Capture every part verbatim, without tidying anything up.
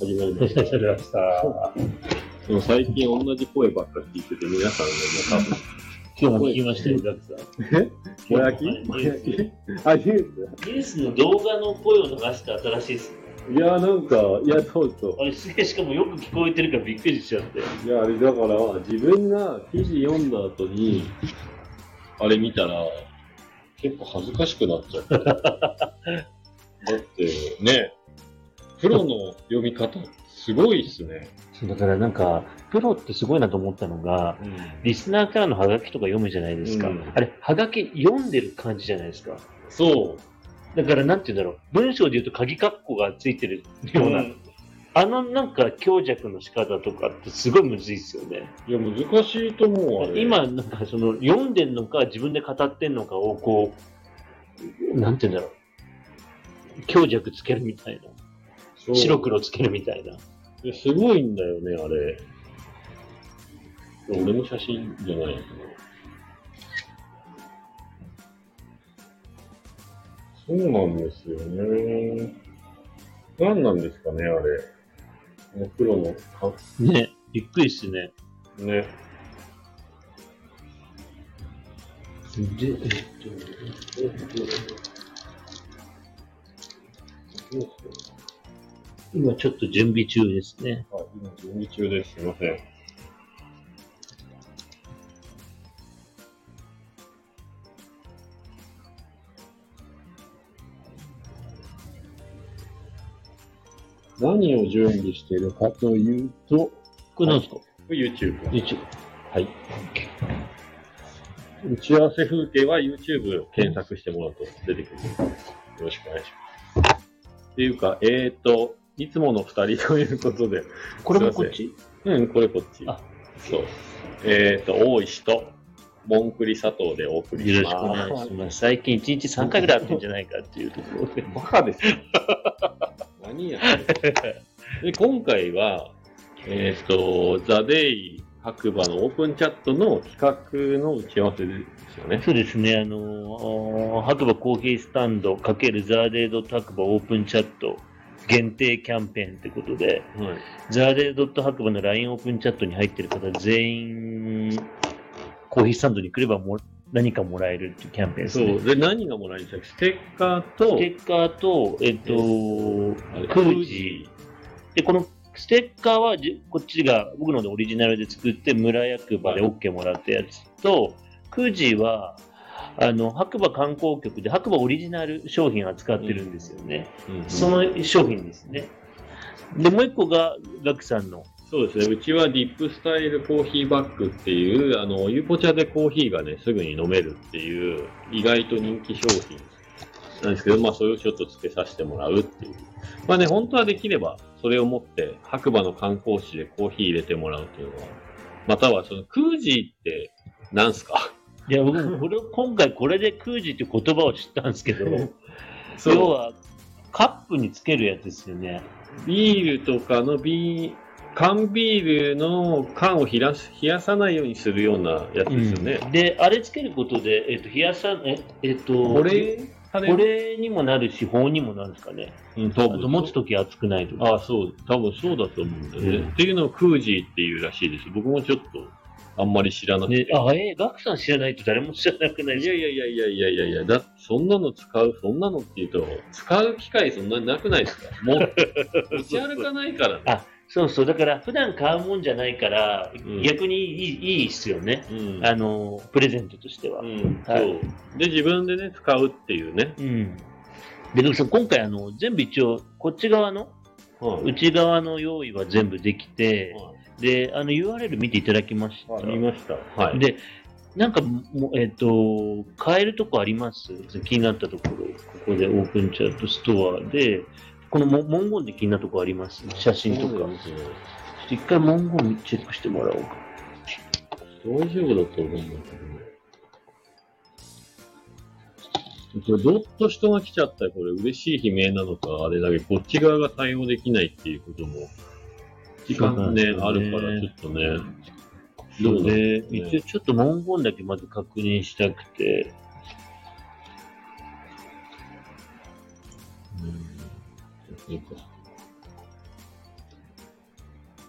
始まりました。 始まりました。 でも最近同じ声ばっか聞いてて、皆さんね、もう多分。 今日も聞きましたよ、ガクさん。 えぼやきぼやきあ、ニュースニュースの動画の声を流して新しいですね。 いや、なんか、いや、そうそう。 あれ、すげえ、しかもよく聞こえてるからびっくりしちゃって。 いや、あれだから、自分が記事読んだ後に、あれ見たら、結構恥ずかしくなっちゃって。だってね、プロの読み方、すごいっすね。 だからなんか、プロってすごいなと思ったのが、うん、リスナーからのハガキとか読むじゃないですか。うん、あれ、ハガキ読んでる感じじゃないですか。 そう。 だからなんて言うんだろう、文章で言うと鍵括弧がついてるような、うん、あのなんか強弱の仕方とかってすごいむずいですよね。 いや、難しいと思う、あれ。 今、なんかその、読んでんのか自分で語ってんのかをこう、なんて言うんだろう、強弱つけるみたいな。白黒つけるみたいな。 いや、すごいんだよね、あれ。俺の写真じゃないけど。そうなんですよね。何なんですかね、あれ。プロの。 ね、びっくりっすね。 ね。 で、えっと、えっと、今ちょっと準備中ですね。 はい、今準備中です。すいません。何を準備しているかというと、 これ何ですか？ YouTube。 YouTube。 はい。打ち合わせ風景は YouTube 検索してもらうと出てくる。よろしくお願いします。っていうか、えーと、いつもの二人ということで。 これもこっち？ うん、これこっち。あ、そう。えーと、大石と、モンクリ佐藤でお送りします。 よろしくお願いします。最近いちにちさんかいぐらい会ってんじゃないかっていうところで。 バカですよ。何やってで、今回は、えっ、ー、と、ザ・デイ白馬のオープンチャットの企画の打ち合わせですよね。 そうですね。あの、白馬コーヒースタンド×ザ・デイドット白馬オープンチャット限定キャンペーンってことで、はい、ザ・デイドット白馬の ライン オープンチャットに入ってる方全員、コーヒースタンドに来ればも何かもらえるっていうキャンペーンですね。 そう。で、何がもらえるんですか？ステッカーと、 ステッカーと、えっと、クージー。で、このステッカーはじ、こっちが僕のでオリジナルで作って、村役場で OK もらったやつと、クージーは、あの、白馬観光局で白馬オリジナル商品扱ってるんですよね。うんうん、その商品ですね。で、もう一個が、ガクさんの。 そうですね。うちはディップスタイルコーヒーバッグっていう、あの、ゆうぽ茶でコーヒーがね、すぐに飲めるっていう、意外と人気商品なんですけど、まあ、それをちょっと付けさせてもらうっていう。まあね、本当はできれば、それを持って、白馬の観光地でコーヒー入れてもらうっていうのは、または、その、クージーって、なんすか？ いや、僕、これ、今回これでクージーって言葉を知ったんですけど、要は、カップにつけるやつですよね。 ビールとかのビー、缶ビールの缶を冷やす冷やさないようにするようなやつですよね。 うん、で、あれつけることで、えっと、冷やさ、え、えっと、 これ、 これにもなるし、保温にもなるんですかね。うん、多分。あと持つとき熱くないとか。 ああ、そう。多分そうだと思うんだよね。うん、っていうのをクージーっていうらしいです。僕もちょっと、あんまり知らなくて。 ね、あ、えー、ガクさん知らないと誰も知らなくないですか？ いやいやいやいやいやいやいや、だそんなの使う、そんなのって言うと、使う機会そんなになくないですか？もう、持ち歩かないからね。 あ、そうそう。だから普段買うもんじゃないから、うん、逆にいい、いいっすよね。うん、あの、プレゼントとしては。うん、 はい、そう。で、自分でね、使うっていうね。 うん。で、ガクさん、今回あの、全部一応、こっち側の、はい、内側の用意は全部できて、はい、で、あの ユーアールエル 見ていただきました。 見ました。 はい。で、なんかも、えっ、ー、と、買えるとこあります？気になったところ、ここでオープンチャットストアで、この文言で気になったところあります？写真とか。ちょっと一回文言チェックしてもらおうか。 大丈夫だと思うんだけどね。これ、どっと人が来ちゃったら、これ嬉しい悲鳴なのか、あれだけこっち側が対応できないっていうことも、時間ね、あるから、ちょっとね。 そうね。一応ちょっと文言だけまず確認したくて。 うん。いいか。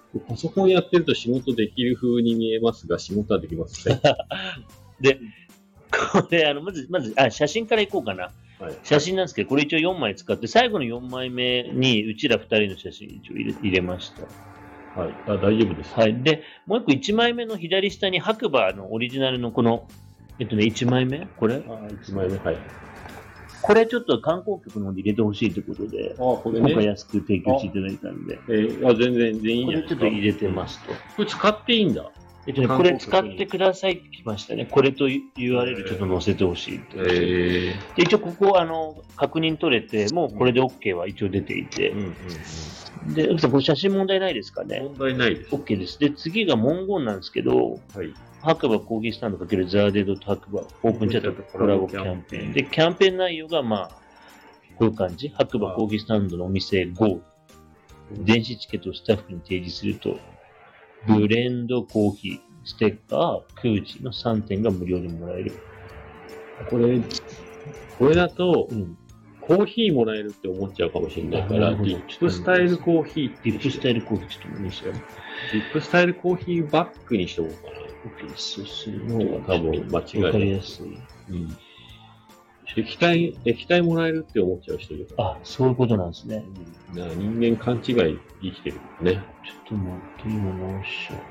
パソコンやってると仕事できる風に見えますが、仕事はできますね。 で、これ、あの、まず、まず、あ、写真からいこうかな。はい、写真なんですけど、これ一応よんまい使って、最後のよんまいめに、うちらふたりの写真一応入れ入れました。 はい。あ、大丈夫です。 はい。で、もう一個いちまいめの左下に白馬のオリジナルのこの、えっとね、いちまいめこれあ、いちまいめ。はい。 これちょっと観光局の方で入れてほしいということで、あ、これね、今回安く提供していただいたんで。 えー、あ、全然、全然いいんじゃないですか。これちょっと入れてますと。 これ使っていいんだ。 えっとね、これ使ってくださいって来ましたね。これと ユーアールエル ちょっと載せてほしいって。えー、で一応ここ、あの、確認取れて、もうこれで OK は一応出ていて。うんうんうん、で、これ写真問題ないですかね？ 問題ないです。 OK です。で、次が文言なんですけど、はい、白馬コーヒースタンド×ザーデードと白馬オープンチャットコラボキャンペーン。で、キャンペーン内容が、まあ、こういう感じ。白馬コーヒースタンドのお店 ゴー。電子チケットをスタッフに提示すると、ブレンドコーヒー、ステッカー、クージのさんてんが無料でもらえる。 これ、これだと、うん、コーヒーもらえるって思っちゃうかもしれないから、ディップスタイルコーヒーって。 ディップスタイルコーヒーちょっと見せて。 ディップスタイルコーヒーバッグにしておこうかな。 そうするのが多分間違いない。 わかりやすい。 うん。液体、液体もらえるって思っちゃう人いるから。 あ、そういうことなんですね。 うん、な人間勘違い生きてるね。 ちょっと待って、今直しちゃう。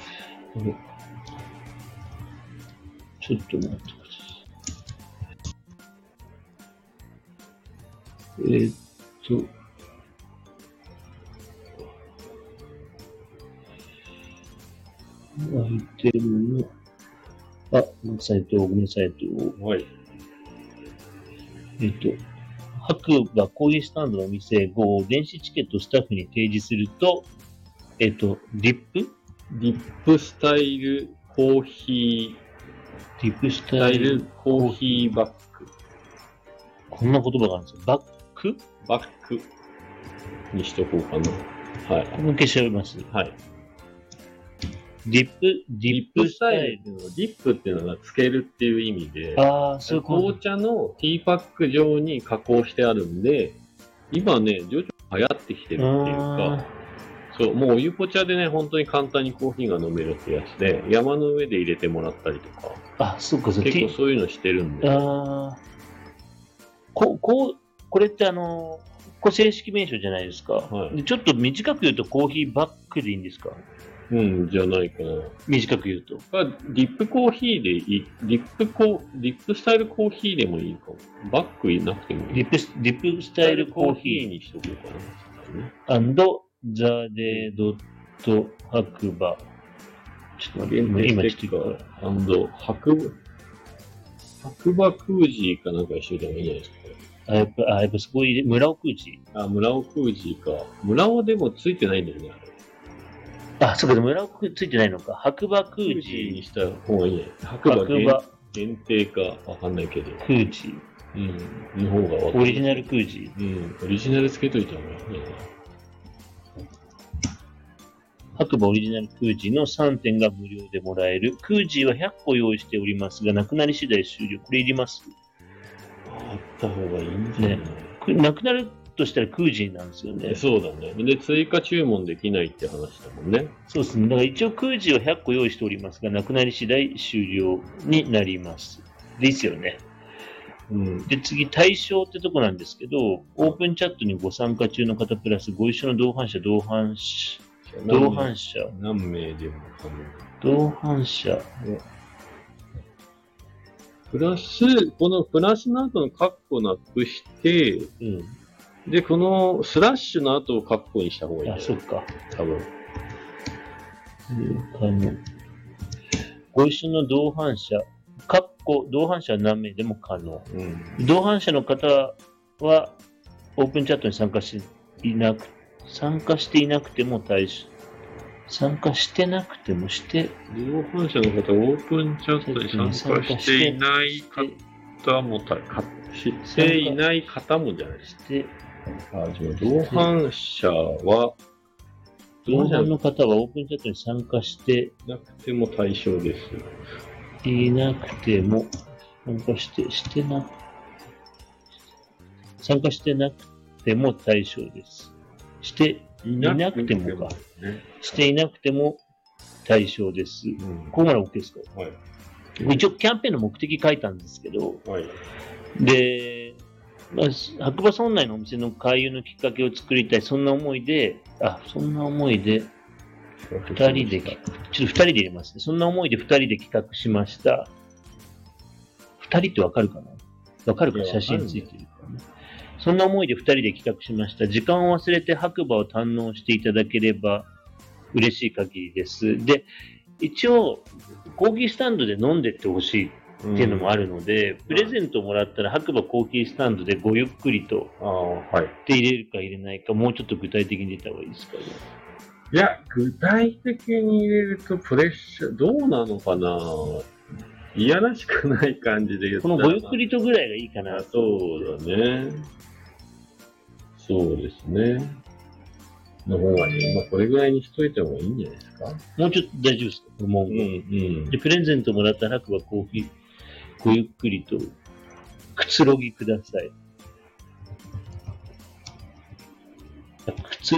ちょっと待ってください。えー、っと、アイテムの、あ、ごめんなさいと、ごめんなさいと、はい。えー、っと、白馬コーヒースタンドのお店ご、電子チケットをスタッフに提示すると、えー、っと、ディップディップスタイルコーヒー、ディップスタイルコーヒーバッグ。 こんな言葉があるんですよ。バックバッグにしとこうかな。はい。 これ消しております。 はい。 ディップ、ディップスタイル。 ディップっていうのがつけるっていう意味で、 ああ、そういう紅茶のティーパック状に加工してあるんで、今ね、徐々に流行ってきてるっていうか、そう、もうお湯ぽ茶でね、本当に簡単にコーヒーが飲めるってやつで、山の上で入れてもらったりとか。 あ、そうか、そう結構そういうのしてるんで。 ああ。こ、こう、これってあの、これ正式名称じゃないですか。はい、でちょっと短く言うとコーヒーバッグでいいんですか？ うん、じゃないかな。 短く言うと。 ディップコーヒーでいい、ディップコディップスタイルコーヒーでもいいかも。バッグいなくてもいい。 ディップ、ディップスタイルコーヒーにしとこうかな。アンド、ザデドット白馬。ちょっと待って、今ちょっとアンド、白馬、白馬クージーかなんか一緒でもいいんじゃないですか。 あ、やっぱ、あ、やっぱそこ入れ、村尾クージー。あ、村尾クージーか。村尾でもついてないんだよね。 あ、そうか、村尾ついてないのか。白馬クージーにした方がいいね。白馬限限定かわかんないけど。 クージー。うん。の方がわかる。 オリジナルクージー。うん。オリジナルつけといた方がいいね。 白馬オリジナルクージーのさんてんが無料でもらえる。クージーはひゃっこ用意しておりますが、なくなり次第終了。これいります？ あった方がいいんじゃない、ね、 なくなるとしたらクージーなんですよね。 そうだね。で、追加注文できないって話だもんね。 そうですね。だから一応クージーをひゃっこ用意しておりますが、なくなり次第終了になります。ですよね。うん、で、次、対象ってとこなんですけど、オープンチャットにご参加中の方プラスご一緒の同伴者、同伴者、同伴者。 何名でも可能。同伴者。 プラス、このプラスの後のカッコなくして、うん、で、このスラッシュの後をカッコにした方がいい、ね。 あ、そっか。 多分。 可能。ご一緒の同伴者、カッコ、同伴者は何名でも可能。うん、同伴者の方は、オープンチャットに参加していなく、参加していなくても対象。参加してなくてもして、 同伴者の方、オープンチャットに参加していない方も、かしていない方もじゃないですか。あ、同伴者は、 同伴の方はオープンチャットに参加してなくても対象です。 いなくても、参加して、してな、参加してなくても対象です。していいなくてもか。 ね、 していなくても対象です。 うん、 ここまで OK ですか？ はい。 一応キャンペーンの目的書いたんですけど、 はい。 で、まあ、白馬村内のお店の開業のきっかけを作りたい、そんな思いで、あ、そんな思いで、二人で、ちょっと二人で入れますね。そんな思いで二人で企画しました。二人ってわかるかな？わかるか？写真ついてるからね。そんな思いで二人で企画しました。時間を忘れて白馬を堪能していただければ嬉しい限りです。で、一応、コーヒースタンドで飲んでってほしいっていうのもあるので、うん、プレゼントもらったら白馬コーヒースタンドでごゆっくりと、 はい。 って入れるか入れないか、もうちょっと具体的に出た方がいいですかね。 いや、具体的に入れるとプレッシャー、どうなのかないやらしくない感じで言ったら。 このごゆっくりとぐらいがいいかな。 そうだね。そうですね。の方がね、まあこれぐらいにしといた方がいいんじゃないですか。 もうちょっと大丈夫ですか？もう、うんうん。で、プレゼントもらった白馬コーヒー、ごゆっくりとくつろぎください。靴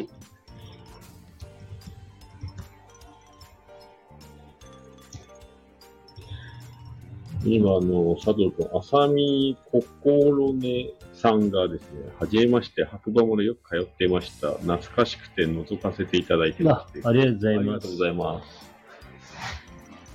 今、あの、佐藤君、浅見心根さんがですね、はじめまして、白馬村よく通っていました。懐かしくて覗かせていただいてます。あ、ありがとうございます。ありがとうございます。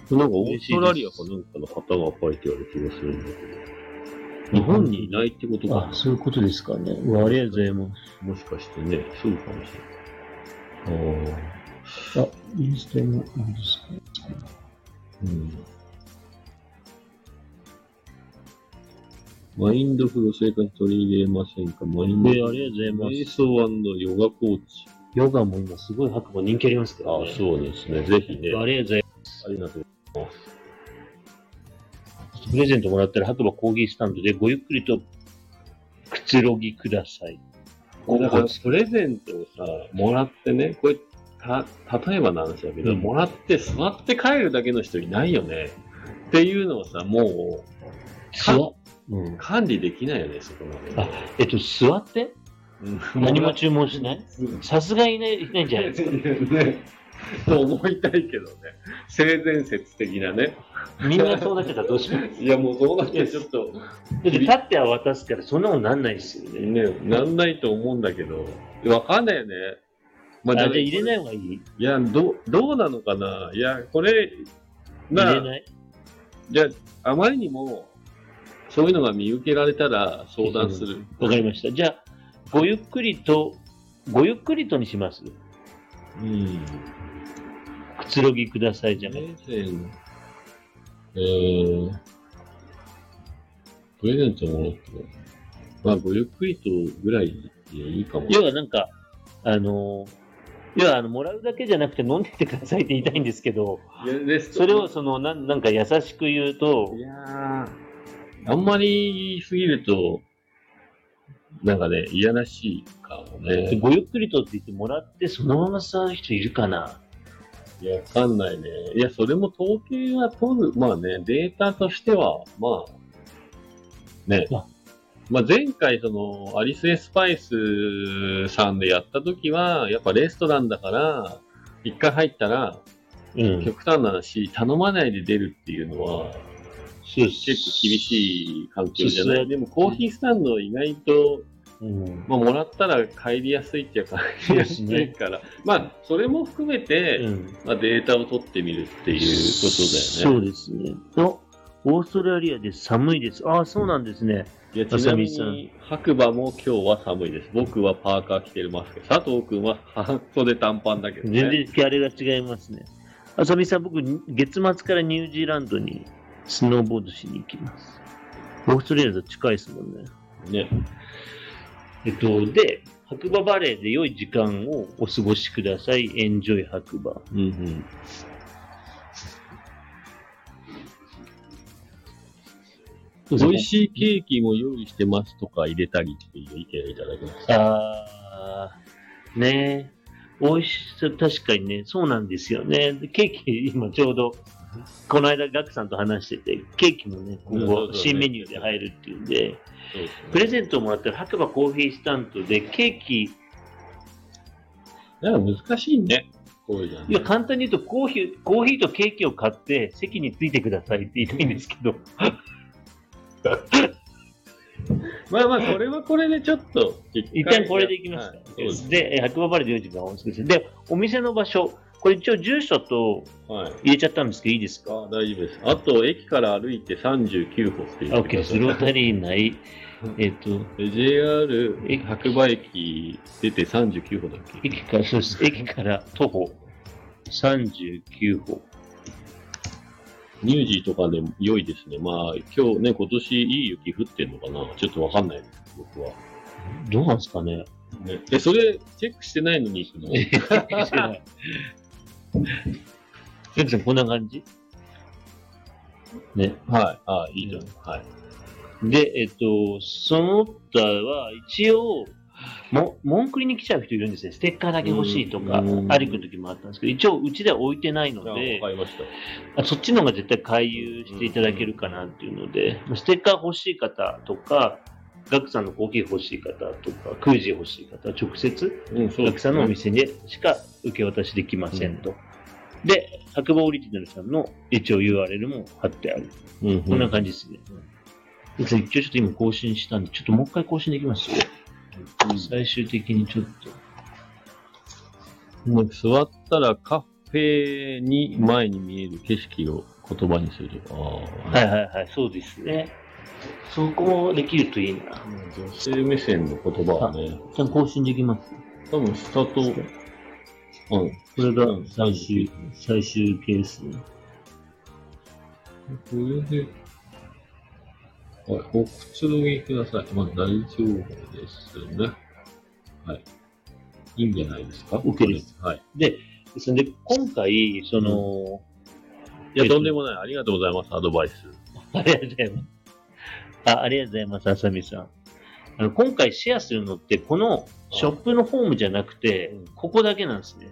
なんか、オーストラリアかなんかの方が書いてある気がするんだけど。日本にいないってことかな。 あ、そういうことですかね。うわ、ありがとうございます。 もしかしてね、そうかもしれない。ああ、インスタの、何ですかね。 うん。マインドフル生活取り入れませんか？マインドフル。 えー、ありがとうございます。 瞑想&ヨガコーチ。 ヨガも今すごい白馬人気ありますからね。 あ、そうですね。ぜひね。 ありがとうございます。 ありがとうございます。 プレゼントもらったら白馬コーヒースタンドでごゆっくりとくつろぎください。 だからプレゼントをさ、もらってね、これ、た、例えばなんですけど、うん、もらって座って帰るだけの人いないよね。っていうのをさ、もう、 座うん、管理できないよね、そこまで、ね。 あ、えっと、座って、うん、何も注文しないさすがにいない、いないんじゃないですか。 ね、と思いたいけどね。性善説的なね。 みんなそうなっちゃったらどうします？ いや、もうそうなってちょっと。 だって立っては渡すから、そんなことなんないですよね。 ね、なんないと思うんだけど。わかんないよね。 まあ、じゃあ入れない方がいい？いや、ど、どうなのかな。いや、これ、 まあ、入れない？ じゃあ、あまりにも、そういうのが見受けられたら相談する。 わかりました。じゃあ、ごゆっくりと、ごゆっくりとにします。 うん。 くつろぎくださいじゃない。 プレゼン、えー、プレゼントもらって、まあ、ごゆっくりとぐらいでいいかも。 要はなんか、あのー、要はあの、もらうだけじゃなくて飲んでってくださいって言いたいんですけど、いやですそれをその、なん、なんか優しく言うと、 いやー、あんまり言いすぎると、なんかね、いやらしいかもね。 ごゆっくりとって言ってもらって、そのまま座る人いるかな？ いや、わかんないね。いや、それも統計は取る。まあね、データとしては、まあ、ね。まあ前回、その、アリスエスパイスさんでやった時は、やっぱレストランだから、一回入ったら、うん、極端な話、頼まないで出るっていうのは、結構厳しい環境じゃない。でもコーヒースタンドは意外と、うん、まあもらったら帰りやすいっていうか帰りやすいから、ね、まあそれも含めて、うん、まあ、データを取ってみるっていうことだよね。 そうですね。お、オーストラリアで寒いです。ああ、そうなんですね。 いや、ちなみに白馬も今日は寒いです。僕はパーカー着てますけど、佐藤くんは半袖短パンだけどね。 全然あれが違いますね。あさみさん、僕、月末からニュージーランドにスノーボードしに行きます。オーストラリアと近いですもんね。 ね。 えっと、で、白馬バレーで良い時間をお過ごしください。エンジョイ白馬。 うんうん。美味しいケーキも用意してますとか入れたりっていう意見をいただきました。 あー、ねえ。美味しさ、確かにね、そうなんですよね。でケーキ、今ちょうど、この間、ガクさんと話してて、ケーキもね、今後、新メニューで入るっていうんで、プレゼントをもらったら白馬コーヒースタンドでケーキなんか難しいね。こういうの、ね。 いや、簡単に言うとコーヒー、コーヒーとケーキを買って席についてくださいって言いたいんですけど。 まあまあ、これはこれでちょっと。 一旦これでいきますか。 はい、 で、白馬バレーでよじかんお作りです。で、お店の場所、これ一応住所と入れちゃったんですけど、いいですか？ あ、大丈夫です。あと、駅から歩いてさんじゅうきゅう歩っていう。 OK です。ロータリー内。えっと、 ジェイアール 白馬駅出てさんじゅうきゅう歩だっけ？ 駅から、そうです。駅から徒歩さんじゅうきゅう歩。 ニュージーとかでも良いですね。まあ、今日ね、今年いい雪降ってんのかな？ちょっとわかんないです、僕は。 どうなんですかね。 ね、え、それ、チェックしてないのに行くの？チェックしてない。 エクさん、こんな感じね。 はい。ああ、いいじゃん。はい。 で、えっと、その他は、一応、も、文句りに来ちゃう人いるんですね。ステッカーだけ欲しいとか、歩く時もあったんですけど、一応、うちでは置いてないので、 わかりました。 あそっちの方が絶対回遊していただけるかなっていうので、ステッカー欲しい方とか、ガクさんのコーヒー欲しい方とか、クージー欲しい方は直接、うん、ガクさんのお店でしか受け渡しできませんと。うん、で、白馬オリジナルさんの一応 ユーアールエル も貼ってある。うんうん、こんな感じですね。うん、一応ちょっと今更新したんで、ちょっともう一回更新できますよ。うん、最終的にちょっと。 もう座ったらカフェに前に見える景色を言葉にするとか。 はいはいはい、そうですね。そこもできるといいな。 女性目線の言葉はね。 ちゃんと更新できます。 多分下と、うん。 これが最終、最終ケース。これで、はい、おくつろぎください。まあ大丈夫ですね。はい。いいんじゃないですか？ OK です。 はい。 で、ですので、今回、その、うん、 いや、とんでもない。ありがとうございます。アドバイス。 ありがとうございます。あありがとうございます、あさみさん。あの今回シェアするのって、このショップのホームじゃなくて、ここだけなんですね。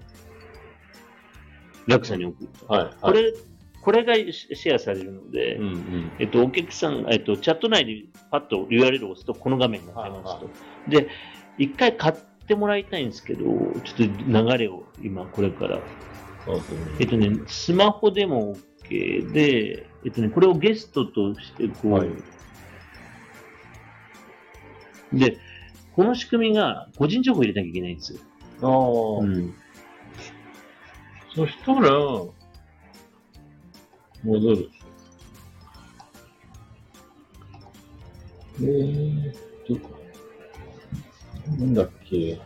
楽さんに送ると。はいはい、これ、これがシェアされるので、うんうん、えっと、お客さん、えっと、チャット内でパッと ユーアールエル を押すと、この画面になってますと。はいはい、で、一回買ってもらいたいんですけど、ちょっと流れを今、これから。そうですね、えっとね、スマホでも OK で、えっとね、これをゲストとしてこう、はい、で、この仕組みが個人情報入れなきゃいけないんですよ。ああ。うん。 そしたら、戻る。えーっと、なんだっけ。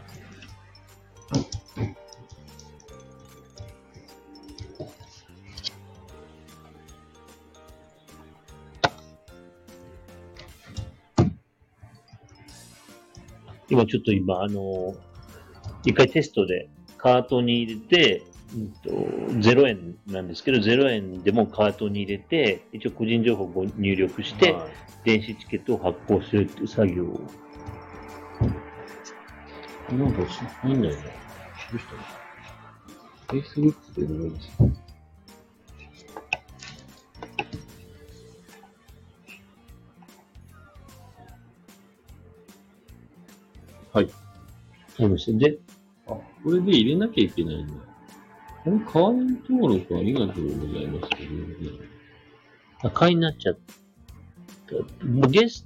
今ちょっと今、あの、一回テストでカートに入れて、うんと、ゼロえんなんですけど、ゼロえんでもカートに入れて、一応個人情報を入力して、はい、電子チケットを発行するっていう作業を。 なんかし、いいんだよね。どうしたの？ Facebook でどうですか？はい。 そうですね。で、 あ、これで入れなきゃいけないんだ。この会員登録ありがとうございますけどね。 あ、会員になっちゃった。もうゲス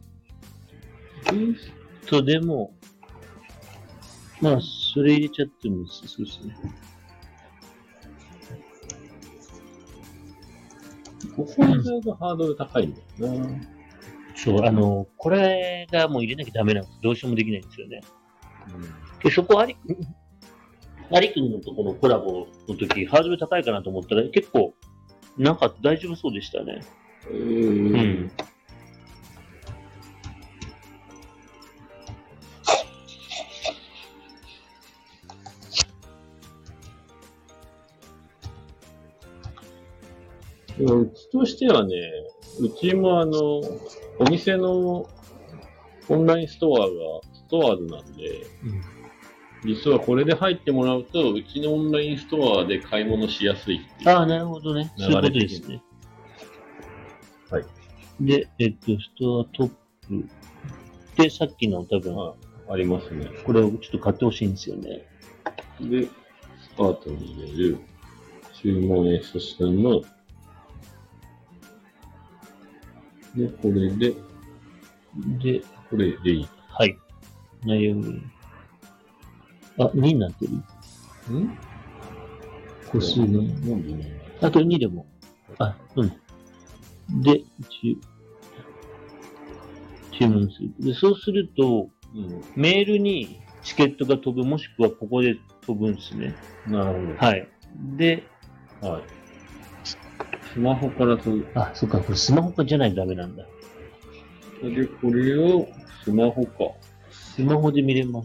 トでも、まあ、それ入れちゃってもそうですね。 ここの際がハードル高いんだよな。 そう、あの、これがもう入れなきゃダメなんです。どうしようもできないんですよね。うん、でそこあり、アリ君のところのコラボの時、ハードル高いかなと思ったら、結構、なんか大丈夫そうでしたね。うーん。 うちとしてはね、うちもあの、お店のオンラインストアがストアーズなんで、うん、実はこれで入ってもらうと、うちのオンラインストアで買い物しやすいっていう。 ああ、なるほどね。そういうことですね。はい。で、えっと、ストアトップ。で、さっきの多分、 あ、ありますね。 これをちょっと買ってほしいんですよね。 で、 カートに入れる。注文 S さんの。で、これで、 で、 これでいい。 はい。内容に。あ、にになってる。 ん個数が。 なんでね。 あとにでも。あ、うん。で、注注文する。で、そうすると、 うん。 メールにチケットが飛ぶ、もしくはここで飛ぶんですね。 なるはい。で、 ほど。はい。スマホからと、 あ、そっか、これスマホかじゃないとダメなんだ。 で、これをスマホか。 スマホで見れます。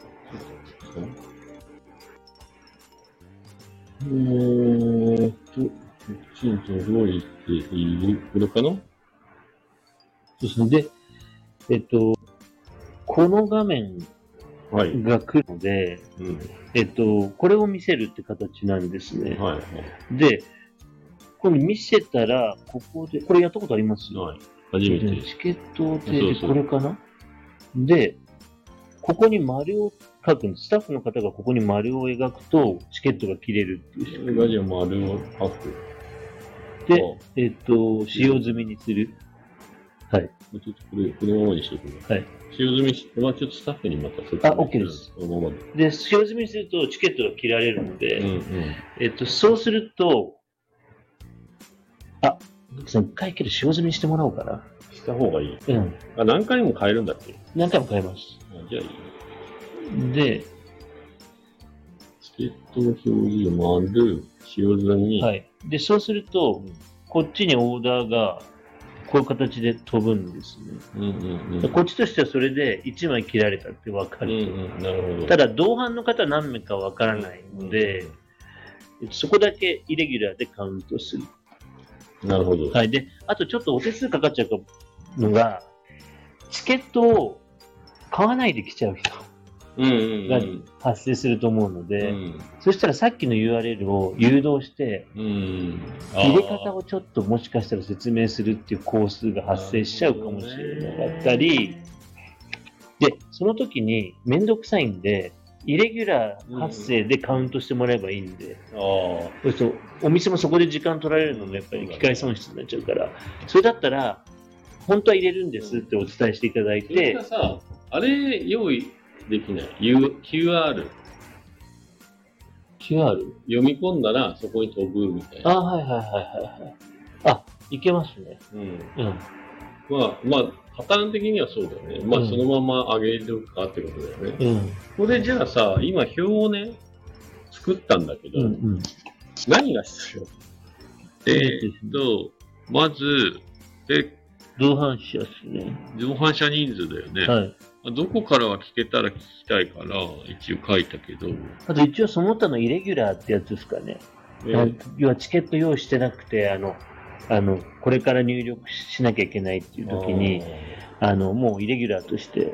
えーっと、こっちに届いている。これかな？ そうですね。で、えっと、この画面はい。 が来るので、 うん。 えっと、これを見せるって形なんですね。 はい。はいで、これ見せたら、ここで、これやったことありますはい。初めて。 チケットそうで、 そうこれかなで、ここに丸を書くんです。スタッフの方がここに丸を描くと、チケットが切れるっていう仕こ組れがじゃあ丸を書く。 みで、えっと、使用済みにする。はい。 ちょっとこれ、このままにしとく。 はい。 使用済みし、まあちょっとスタッフにまた説明あ OK ですこのままで。 で、使用済みにするとチケットが切られるので、 うんうん。 えっと、そうすると、あ、僕さん、一回けど使用済みにしてもらおうかな。 した方がいい。 うん。 あ、何回も変えるんだっけ？ 何回も買えます。 あじゃあいい。 で、 チケットの表示を丸、使用済み。 はい。で、そうすると、こっちにオーダーが、こういう形で飛ぶんですね。 うんうんうん。 こっちとしてはそれでいちまい切られたって分かうんると。 うん、なるほど。 ただ、同伴の方は何名か分からないので、そこだけイレギュラーでカウントする。 なるほど。 はい。で、あとちょっとお手数かかっちゃうのが、チケットを買わないで来ちゃう人うんうんがうん。 発生すると思うので、 うんそしたらさっきの ユーアールエル を誘導して、 うん。 入れ方をちょっともしかしたら説明するっていう工数が発生しちゃうかもしれなかったり、で、その時にめんどくさいんで、イレギュラー発生でカウントしてもらえばいいんで、 ああ。 そうするとお店もそこで時間取られるのもやっぱり機械損失になっちゃうから、それだったら、本当は入れるんですってお伝えしていただいそれてが、さ、あれ用意できない。U- キューアール。 キューアール? 読み込んだらそこに飛ぶみたいな。 あ、はいはいはいはいはい。あ、いけますね。 うん。 うん。 まあ、まあ、パターン的にはそうだよね。まあ、 うんそのまま上げるかってことだよね。 うん。 これじゃあさ、今表をね、作ったんだけど、 うんうん。 何が必要えーっと、まず、え、 同伴者ですね。 同伴者人数だよね。 はい。 どこからは聞けたら聞きたいから、一応書いたけど、 あと一応その他のイレギュラーってやつですかね。 えあ要はチケット用意してなくて、あの、あの、これから入力しなきゃいけないっていう時に、あの、もうイレギュラーとして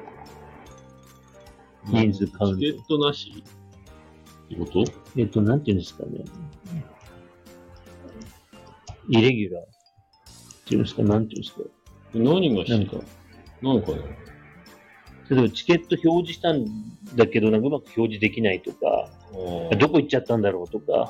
人数カウント。 チケットなしってことえっと、なんていうんですかね。イレギュラーっていうんですか、なんていうんですか。 何がしなんか、 なんかね。 例えばチケット表示したんだけど、なんかうまく表示できないとか、どこ行っちゃったんだろうとか。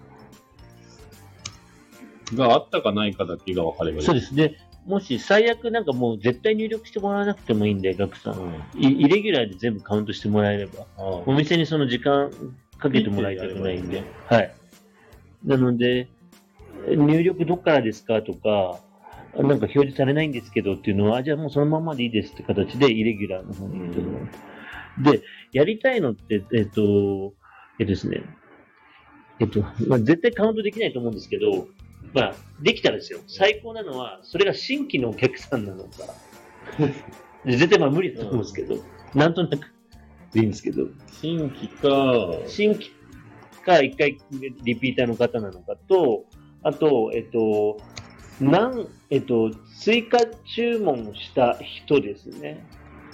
があったかないかだけが分かればいい。 そうですね。もし最悪なんかもう絶対入力してもらわなくてもいいんで、ガクさん。 うん。 イイレギュラーで全部カウントしてもらえれば。 あお店にその時間かけてもらいたくないんで。はい。なので、入力どっからですかとか、なんか表示されないんですけどっていうのは、あじゃあもうそのままでいいですって形でイレギュラーの方に行ってもらうと。で、やりたいのって、えっと、えっとですね、えっと、まあ、絶対カウントできないと思うんですけど、まあ、できたらですよ。最高なのは、それが新規のお客さんなのか。で絶対まあ無理だと思うんですけど、なんとなくでいいんですけど、 新規か、 新規か一回リピーターの方なのかと、あと、えっと、なん、えっと、追加注文した人ですね。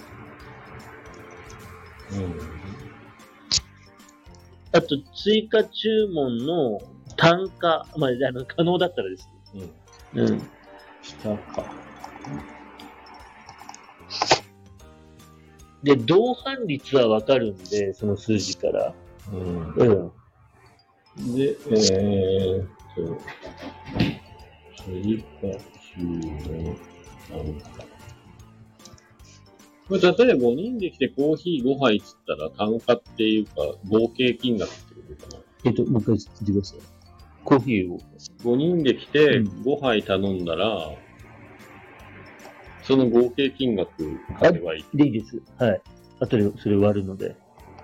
うあと、追加注文の単価、まあ、あの可能だったらですね。 ん。うん。 うん。 下か。 で、同伴率はわかるんで、その数字から。 うん。 うん。 で、えーっと、追加注文、単価。これ、例えばごにんで来てコーヒーごはいっつったら、単価っていうか、合計金額ってことかな。 えっと、もう一回言ってください。コーヒーを。 ごにんで来てごはい頼んだら、うん、その合計金額買えばいい。 でいいです。はい。あとでそれ割るので。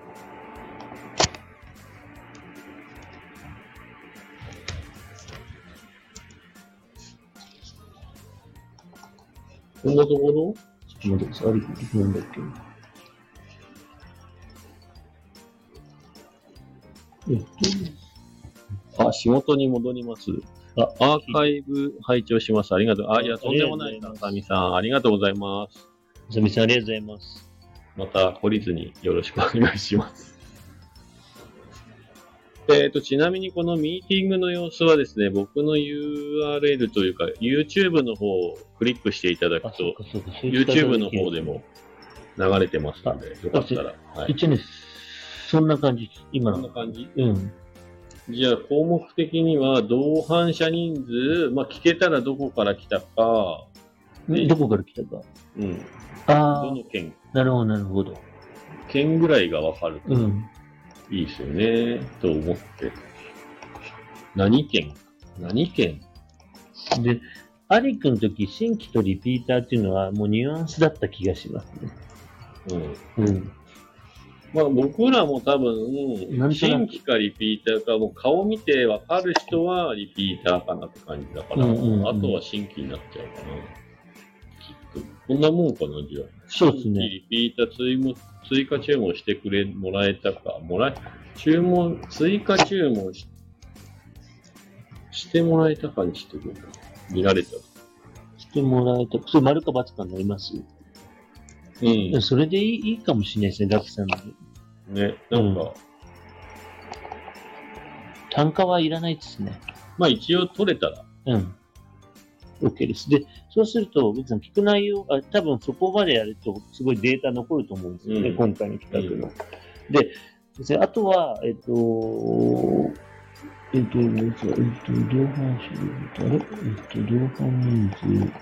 こんなところちょっと待ってください。あれ、なんだっけ。えっと、あ、仕事に戻ります。あ、アーカイブ拝聴します。ありがとう。あ、いや、とんでもない。あさみさん、ありがとうございます。 あさみさん、ありがとうございます。 また懲りずによろしくお願いします。えっと、ちなみにこのミーティングの様子はですね、僕の ユーアールエル というか、YouTube の方をクリックしていただくと、YouTube の方でも流れてますので、よかったら。 はい、一応ね、そんな感じ、今の。 そんな感じうん。 じゃあ、項目的には、同伴者人数、まあ、聞けたらどこから来たか、 どこから来たか。 うん。 ああ。 どの県。 なるほど、なるほど。 県ぐらいがわかると。 うん。 いいですよね、と思って。何県何県で、アリクの時、新規とリピーターっていうのはもうニュアンスだった気がしますね。うん。うん。 まあ僕らも多分、新規かリピーターか、もう顔見てわかる人はリピーターかなって感じだから、うんうんうん、あとは新規になっちゃうかな。きっと。こんなもんかな、じゃあ。 そうですね。 リピーター追も追加注文してくれ、もらえたか。もらえ、注文、追加注文し、してもらえたかにしてくれた。見られた。 してもらえた。それ丸か×かになりますうん。それでいいいいかもしれないですね、ガクさんの。 ね、なんか、うん、 単価はいらないですね。 まあ一応取れたら。 うん。OK です。で、そうすると、別に聞く内容、あ多分そこまでやると、すごいデータ残ると思うんですよね、うん、今回の企画の。うん、で、であとは、えっと、えっと、えっと、同伴種類、あれえっと、同伴人数。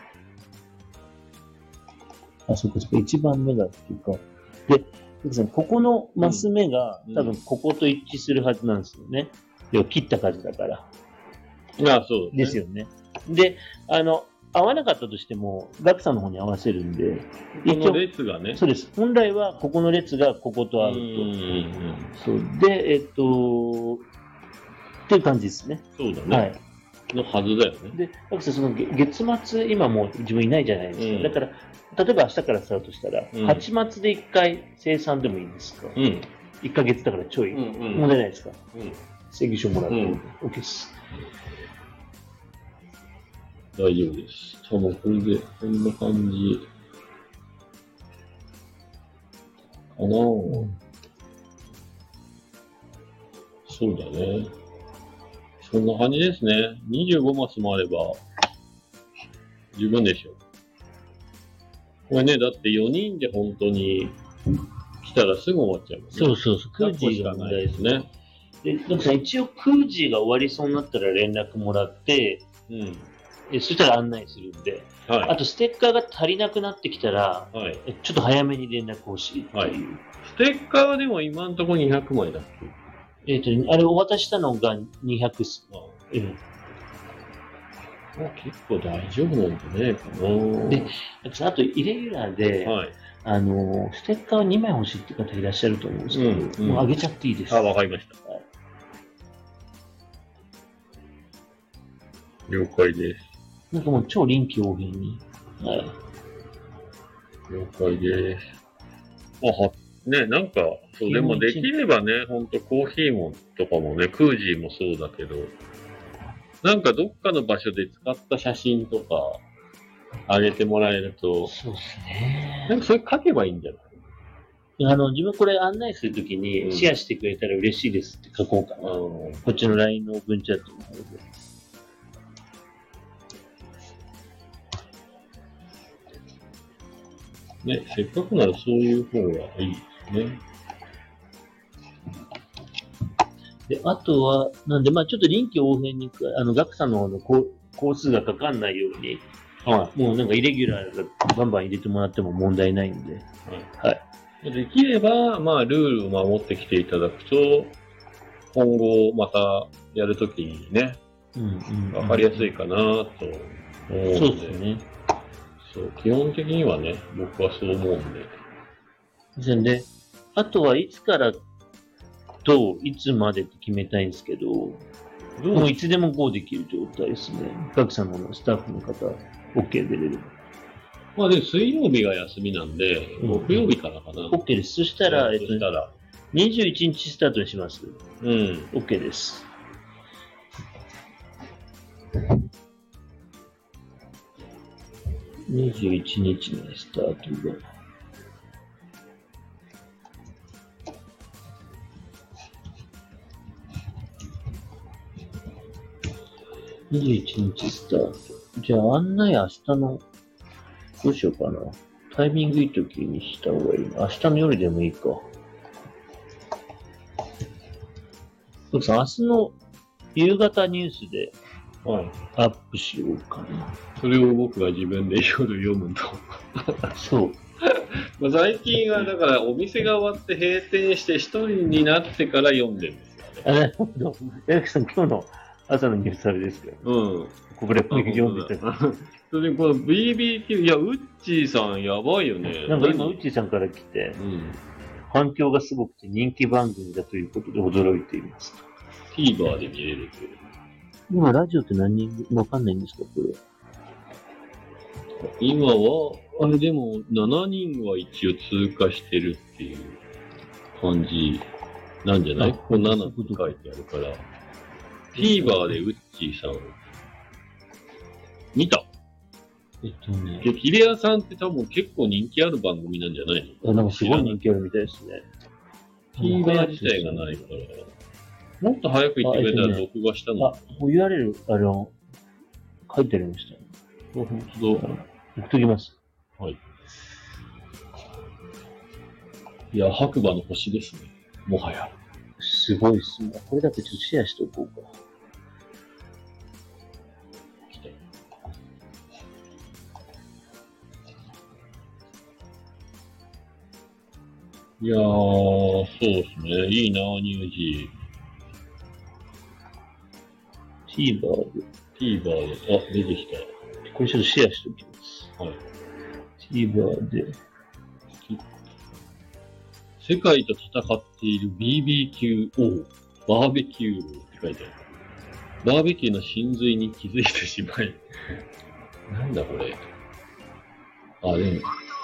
あ、そっかそっか、いちばんめがっていうか。で、ここのマス目が、うん、多分ここと一致するはずなんですよね。要は切った数だから。 ああ、そうです。ですよね。で、あの、合わなかったとしても、ガクさんの方に合わせるんで。 この列がね。 そうです。本来はここの列がここと合うと。うんそう。で、えっと、っていう感じですね。 そうだね。はい。のはずだよね。 で、ガクさん、その月末、今もう自分いないじゃないですか。うん、だから、例えば明日からスタートしたら、うん、はち末でいっかい生産でもいいんですか、うん、いっかげつだからちょい、うんうん、問題ないですか、うん、請求書もらって、うん、OK です。 大丈夫です。多分これで、こんな感じかな、うん、そうだね。そんな感じですね。にじゅうごマスもあれば、十分でしょう。これね、だってよにんで本当に来たらすぐ終わっちゃうもんね。 そうそうそう、クージーが問題ですね。で、だから一応クージーが終わりそうになったら連絡もらって、うん、でそしたら案内するんで、はい、あとステッカーが足りなくなってきたら、はい、ちょっと早めに連絡欲しいっていう、はい。 ステッカーはでも今のところにひゃくまいだっけえっ、ー、と、あれお渡したのがにひゃくっす。うん。 結構大丈夫なんだね。 で、あと、イレギュラーで、はい、あの、ステッカーをにまい欲しいって方いらっしゃると思うんですけど、うんうん、もうあげちゃっていいです。 あ、わかりました。はい、了解です。 なんかもう超臨機応変に。はい。 了解です。あ、は、ね、なんか、そう、でもできればね、ほんとコーヒーもとかもね、クージーもそうだけど、なんかどっかの場所で使った写真とかあげてもらえると、 そうですね。 なんかそれ書けばいいんじゃないあの、自分これ案内するときにシェアしてくれたら嬉しいですって書こうかな。うん、こっちの ライン の文チャットの方で。 ね、せっかくならそういう方がいいですね。 で、あとは、なんで、まあちょっと臨機応変に、あの、学さんの方の工工数がかかんないように、 はもうなんかイレギュラーがバンバン入れてもらっても問題ないんで、 い。 はい。 できれば、まあ、ルールを守ってきていただくと、今後またやるときにね、 うんうん。 わかりやすいかなと思うので。 そうですね。 そう、基本的にはね、僕はそう思うんで。 ですね。あとはいつからといつまでって決めたいんですけど、もういつでも ゴー できる状態ですね。ガクさんのスタッフの方、OK 出れる。 まあでも水曜日が休みなんで、 うん木曜日からかな。 OK です。そしたら、えっと、 そしたら、 にじゅういちにちスタートにします。 うん。 OK です。にじゅういちにちのスタートが。にじゅういちにちスタート。じゃあ案内明日の、どうしようかな。タイミングいい時にした方がいいな。明日の夜でもいいか。そうさ、明日の夕方ニュースではい。 アップしようかな。 それを僕が自分で夜読むと。 そう。 まあ最近はだからお店が終わって閉店して一人になってから読んでるんですよね。 あ、なるほど。エレクさん、今日の朝のニュースあれですけど、 うん。 ここで読んでた。 それでこの ビービーキュー、いや、ウッチーさんやばいよね。 なんか今、ウッチーさんから来て、 うん。 反響がすごくて人気番組だということで驚いています。 TVer で見れるけど。 今、ラジオって何人わかんないんですか、これ。 今は、あれでもしちにんは一応通過してるっていう感じなんじゃない？ あここななって書いてあるから。TVer でウッチーさん。見た？ えっとね、 激レアさんって多分結構人気ある番組なんじゃないの？ あ、なんかすごい人気あるみたいですね。 TVer 自体がないから。もっと早く言ってくれたら録画したの。 あ、こう ユーアールエル、あの、書いてありましたね。 ほんとだ。 送っときます。 はい。いや、白馬の星ですね。もはや。 すごいっすね。これだけちょっとシェアしておこうか。 いやー、そうですね。いいな、ニュージ TVer で。 ー。TVer で、あ、出てきた。 これちょっとシェアしておきます。 はい。 TVer で。 世界と戦っている ビービーキューオー、バーベキューって書いてある。バーベキューの真髄に気づいてしまい。なんだこれ。あ、でも。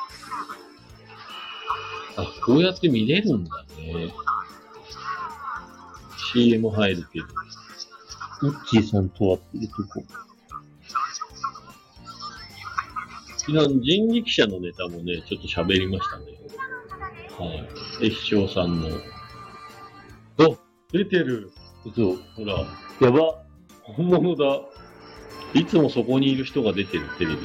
あ、こうやって見れるんだね。シーエム 入るけど。 ウッチーさんとはっていうとこ。 昨日人力車のネタもね、ちょっと喋りましたね。はい。液晶さんの。あ、出てる。 そう。 ほら、 やば。 本物だ。いつもそこにいる人が出てる、テレビに。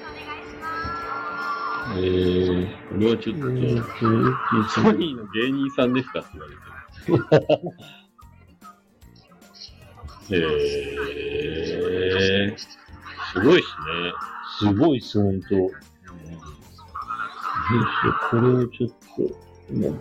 えー、これはちょっと、ソニーの芸人さんですかって言われてる。へー、すごいっすね。 すごいっす、ほんと。よいしょ、これをちょっと、待って。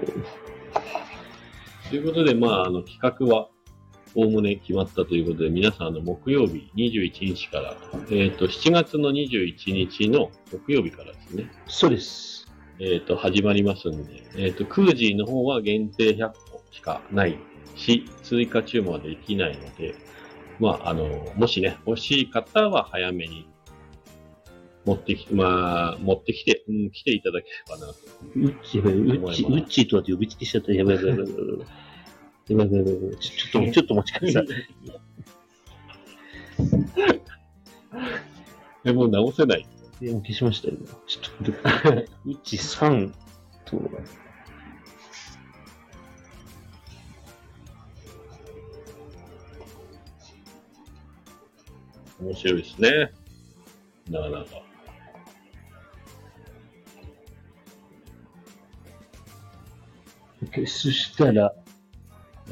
ということで、まあ、あの、企画は、おおむね決まったということで、皆さん、あの、木曜日にじゅういちにちから、えっと、しちがつのにじゅういちにちの木曜日からですね。 そうです。 えっと、始まりますんで、えっと、クージーの方は限定ひゃっこしかないし、追加注文はできないので、まあ、あの、もしね、欲しい方は早めに持ってき、まあ、持ってきて、うん、来ていただければなと。 ウッチー、ウッチー、ウッチーとはって呼びつけしちゃった。やばいやばいやばいやばい。やばいやばいやばい。ちょっと、ちょっとお待ちください。 え、もう直せない。 いや、もう消しましたよ。ちょっと待って。ウッチーさんと、 面白いですね。なかなか。 OK、そしたら、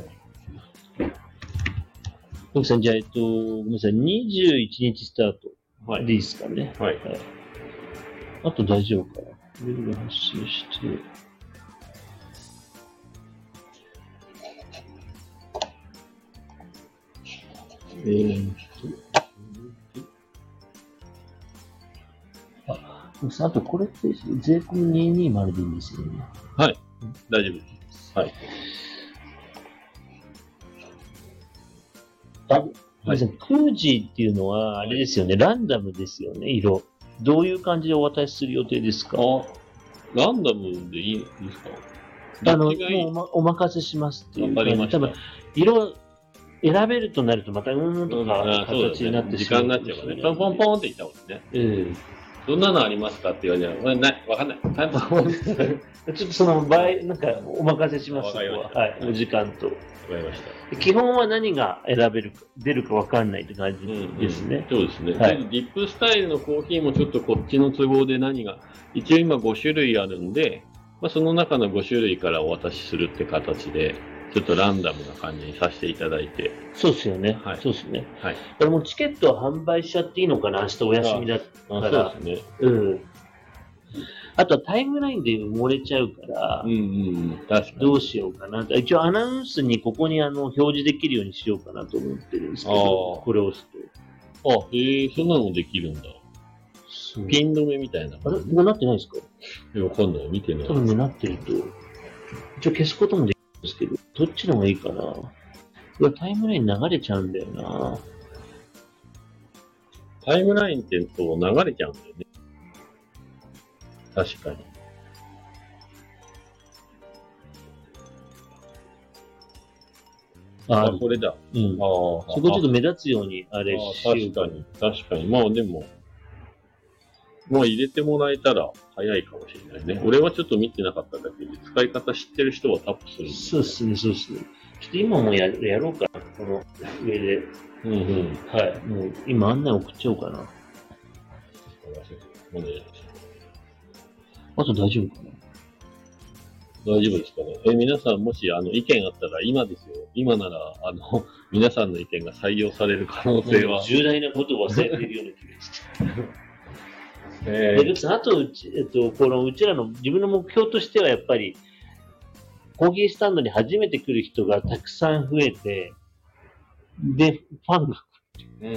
奥さん、じゃあ、えっと、ごめんなさい、にじゅういちにちスタートでいいですかね。 はい。 はい、あと大丈夫かな。メールが発信して。えーっと。あ、あとこれって税込みにひゃくにじゅうでいいんですよね。 はい。大丈夫です。はい。 あ、はい、空時っていうのは、あれですよね、ランダムですよね、色。どういう感じでお渡しする予定ですか？ あ、ランダムでいいですか？ あの、もうお、ま、お任せしますっていう。 わかりました。 多分、色選べるとなるとまたうーんとか形になってしまう、 ね。時間になっちゃうからね。ポンポンポンって言ったもんね。 ええー。 どんなのありますかって言われたら、ない、わかんない。ポンポンちょっとその場合、なんかお任せします。はい、お時間と。 わかりました。 基本は何が選べるか、出るかわかんないって感じですね。 うんうん、そうですね。はい、ディップスタイルのコーヒーもちょっとこっちの都合で何が、一応今ご種類あるんで、まあ、その中のご種類からお渡しするって形で、ちょっとランダムな感じにさせていただいて。 そうですよね。はい。そうですね。はい。これもチケットは販売しちゃっていいのかな？明日お休みだったら。 そうですね。 うん。あとはタイムラインで埋もれちゃうから、 うんうん、確かに。 どうしようかな。一応アナウンスにここにあの表示できるようにしようかなと思ってるんですけど、これを押すと。あ、へえ、そんなのできるんだ。ピン止めみたいな。 あれもうなってないですか？ え、わかんない。見てない。 多分ね、なってると。一応消すこともできるんですけど、どっちの方がいいかな。タイムライン流れちゃうんだよな。 タイムラインってと流れちゃうんだよね。確かに。あ、これだ。 うん。あそこちょっと目立つように、あれしよう。 確かに。確かに。まあでも、まあ入れてもらえたら早いかもしれないね。俺はちょっと見てなかっただけで、使い方知ってる人はタップする。 そうですね、そうですね。ちょっと今もややろうかな、この上で。 うんうん。 はい。もう今案内送っちゃおうかな。 お願いします。 あと大丈夫かな？ 大丈夫ですかね。え、皆さんもしあの意見あったら今ですよ。今なら、あの、皆さんの意見が採用される可能性は。 重大なことを忘れているような気がして。えー、あとうち、えっと、このうちらの自分の目標としてはやっぱり、コーヒースタンドに初めて来る人がたくさん増えて、で、ファンが。 うん、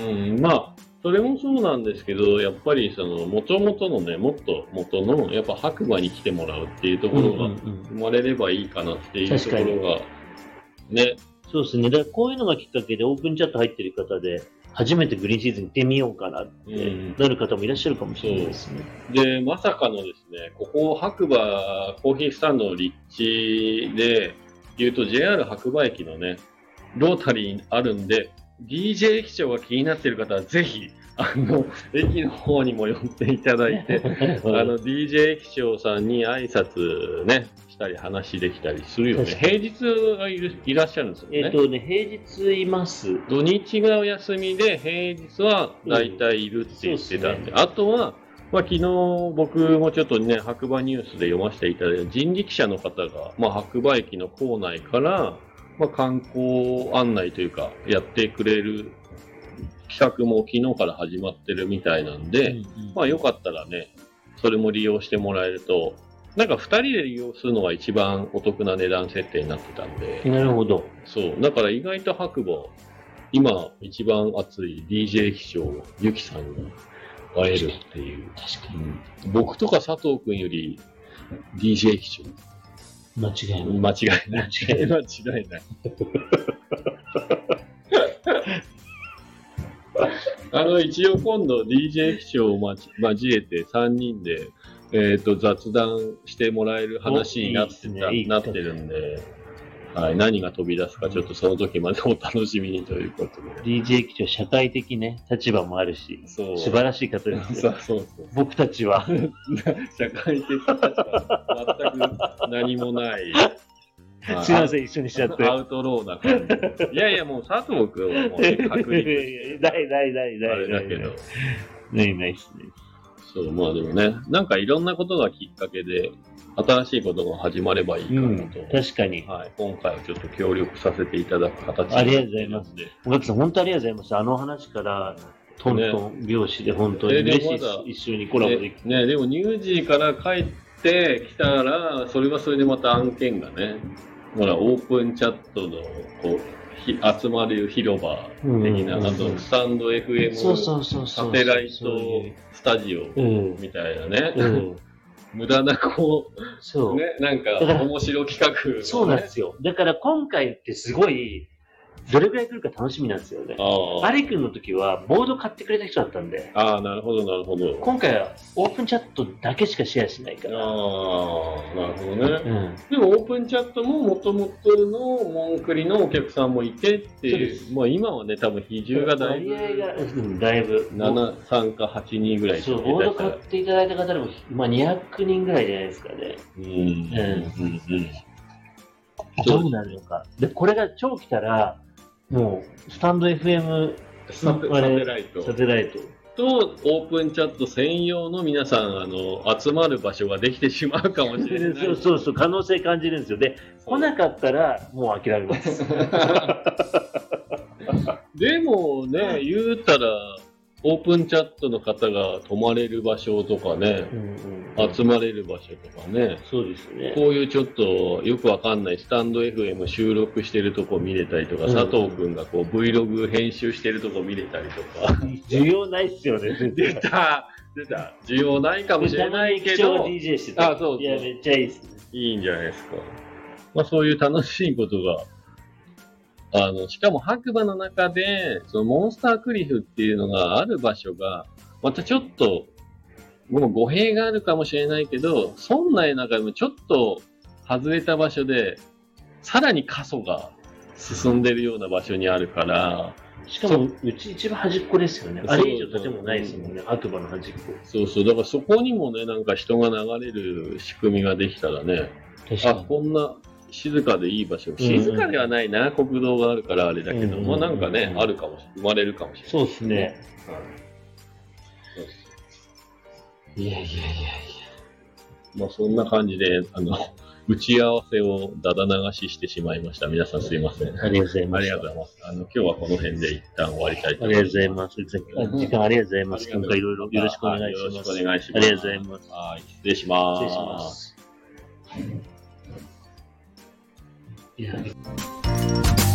まあ、それもそうなんですけど、やっぱりその、元々のね、もっと元の、やっぱ白馬に来てもらうっていうところが生まれればいいかなっていうところが、ね。 そうですね。だからこういうのがきっかけでオープンチャット入ってる方で、初めてグリーンシーズン行ってみようかなってなる方もいらっしゃるかもしれないですね。 うん、で、まさかのですね、ここ白馬コーヒースタンドの立地で言うと ジェイアール 白馬駅のね、ロータリーにあるんで、ディージェー 駅長が気になっている方はぜひ、あの、駅の方にも寄っていただいて、あの、ディージェー 駅長さんに挨拶ね、したり話できたりするよね。平日がいるいらっしゃるんですよね。 えっとね、平日います。 土日がお休みで、平日は大体いるって言ってたんで、うんでね、あとは、まあ、昨日僕もちょっとね、白馬ニュースで読ませていただいた人力車の方が、まあ、白馬駅の構内から、まあ、観光案内というか、やってくれる企画も昨日から始まってるみたいなんで、うんうん、まあよかったらね、それも利用してもらえると、なんかふたりで利用するのが一番お得な値段設定になってたんで。 なるほど。 そう。だから意外と白馬、今一番熱い ディージェー 駅長、ゆきさんに会えるっていう。 確かに。 うん、僕とか佐藤くんより ディージェー 駅長。 間違いない。 間違いない。間違いない。間違いない。あの、一応今度 ディージェー 駅長を交えてさんにんで、えっと、雑談してもらえる話になってた、いいね、いいなってるんで、はい、何が飛び出すかちょっとその時までお楽しみにということで。 ディージェー 駅長、社会的ね、立場もあるし、そう素晴らしい方ですよ。そうそうそう。僕たちは。 社会的立場、全く何もない。 すいません、一緒にしちゃって。 アウトローな感じ。いやいや、もう佐藤君はもう、ね、確認。ないないないない。 あれだけど。 ないないっすね。 そう、まあでもね、なんかいろんなことがきっかけで、 新しいことが始まればいいかなと。 うん、確かに。 はい。今回はちょっと協力させていただく形ありがとうございます。尾垣さん、本当ありがとうございます。あの話から、トントン拍子で本当に嬉しいです。一緒にコラボできて。 ね、でも乳児から帰ってきたら、それはそれでまた案件がね、ほら、オープンチャットの、こう、ひ集まれる広場的な、 うん、 あと、スタンド エフエム、サテライトスタジオみたいなね、うん、無駄な、こう、そうね、なんか、面白企画、ね。 そうなんですよ。だから今回ってすごい、どれくらい来るか楽しみなんですよね。アリ君の時はボード買ってくれた人だったんで。 ああ、なるほど、なるほど。 今回はオープンチャットだけしかシェアしないから。 ああ、なるほどね。うん、でもオープンチャットももともとのモンクリのお客さんもいてっていう、まあ今はね、多分比重がだいぶ。 割合が、うん、だいぶ。 なな、さんかはちにんぐらい。 そう、ボード買っていただいた方でも、まあにひゃくにんぐらいじゃないですかね。 うん。うん。うん。うん。 どうなるのか。で、これが超来たら、もう、スタンド エフエムサテライト。 サテライト。 と、オープンチャット専用の皆さん、あの、集まる場所ができてしまうかもしれない。 そうそうそう、可能性感じるんですよ。で、来なかったら、もう諦めます。 でもね、言うたら、オープンチャットの方が泊まれる場所とかね、うんうん、集まれる場所とかね、 そうですね。 こういうちょっとよくわかんないスタンド エフエム 収録してるとこ見れたりとか、うん、佐藤くんがこう Vlog 編集してるとこ見れたりとか。 需要ないっすよね。 出た出た需要ないかもしれないけど。 ディージェー してた。 あ、そうそう。 いや、めっちゃいいっすね。 いいんじゃないですか。まあそういう楽しいことが、あの、しかも白馬の中で、そのモンスタークリフっていうのがある場所が、またちょっと、もう語弊があるかもしれないけど、村内の中でもちょっと外れた場所で、さらに過疎が進んでるような場所にあるから、 しかも、うち一番端っこですよね。あれ以上建物ないですもんね。白馬の端っこ。 そうそう。だからそこにもね、なんか人が流れる仕組みができたらね、あ、こんな、静かでいい場所。静かではないな、うんうん、国道があるからあれだけど、うんうんうん、まあなんかね、あるかもしれない。生まれるかもしれない。 そうですね。はい、いやいやいやいや。 まあそんな感じで、あの、打ち合わせをだだ流ししてしまいました。皆さんすいません。 ありがとうございます。 ありがとうございます。あの、今日はこの辺で一旦終わりたいと思います。ありがとうございます。時間ありがとうございます。今回いろいろよろしくお願いします。よろしくお願いします。 ありがとうございます。 はい、失礼します。 失礼します。いや